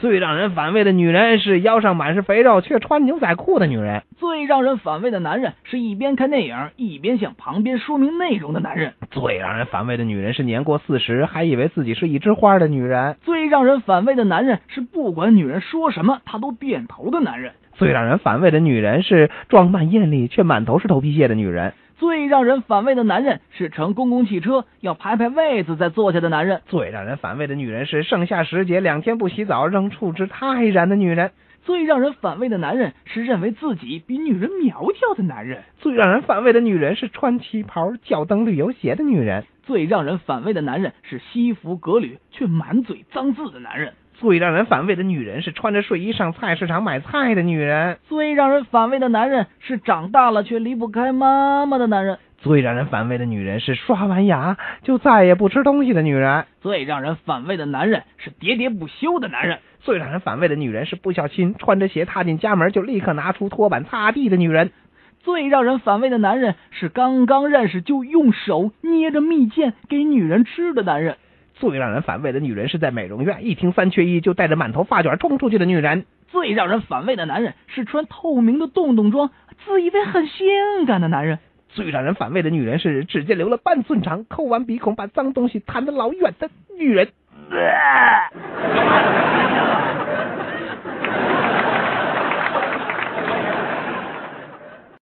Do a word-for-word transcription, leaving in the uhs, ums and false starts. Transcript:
最让人反胃的女人是腰上满是肥肉却穿牛仔裤的女人。 最让人反胃的男人是一边看电影一边向旁边说明内容的男人。 最让人反胃的女人是年过四十还以为自己是一枝花的女人。 最让人反胃的男人是不管女人说什么他都点头的男人。 最让人反胃的女人是装扮艳丽却满头是头皮屑的女人。 最让人反胃的男人是乘公共汽车要排排位子再坐下的男人。 最让人反胃的女人是盛夏时节两天不洗澡仍处之泰然的女人。 最让人反胃的男人是认为自己比女人苗条的男人。 最让人反胃的女人是穿旗袍脚蹬旅游鞋的女人。 最让人反胃的男人是西服革履却满嘴脏字的男人。 最让人反胃的女人是穿着睡衣上菜市场买菜的女人。 最让人反胃的男人是长大了却离不开妈妈的男人。 最让人反胃的女人是刷完牙就再也不吃东西的女人。 最让人反胃的男人是喋喋不休的男人。 最让人反胃的女人是不小心穿着鞋踏进家门就立刻拿出拖板擦地的女人。 最让人反胃的男人是刚刚认识就用手捏着蜜饯给女人吃的男人。 最让人反胃的女人是在美容院一听三缺一就带着满头发卷冲出去的女人。 最让人反胃的男人是穿透明的洞洞装自以为很性感的男人。 最让人反胃的女人是指甲留了半寸长抠完鼻孔把脏东西弹得老远的女人。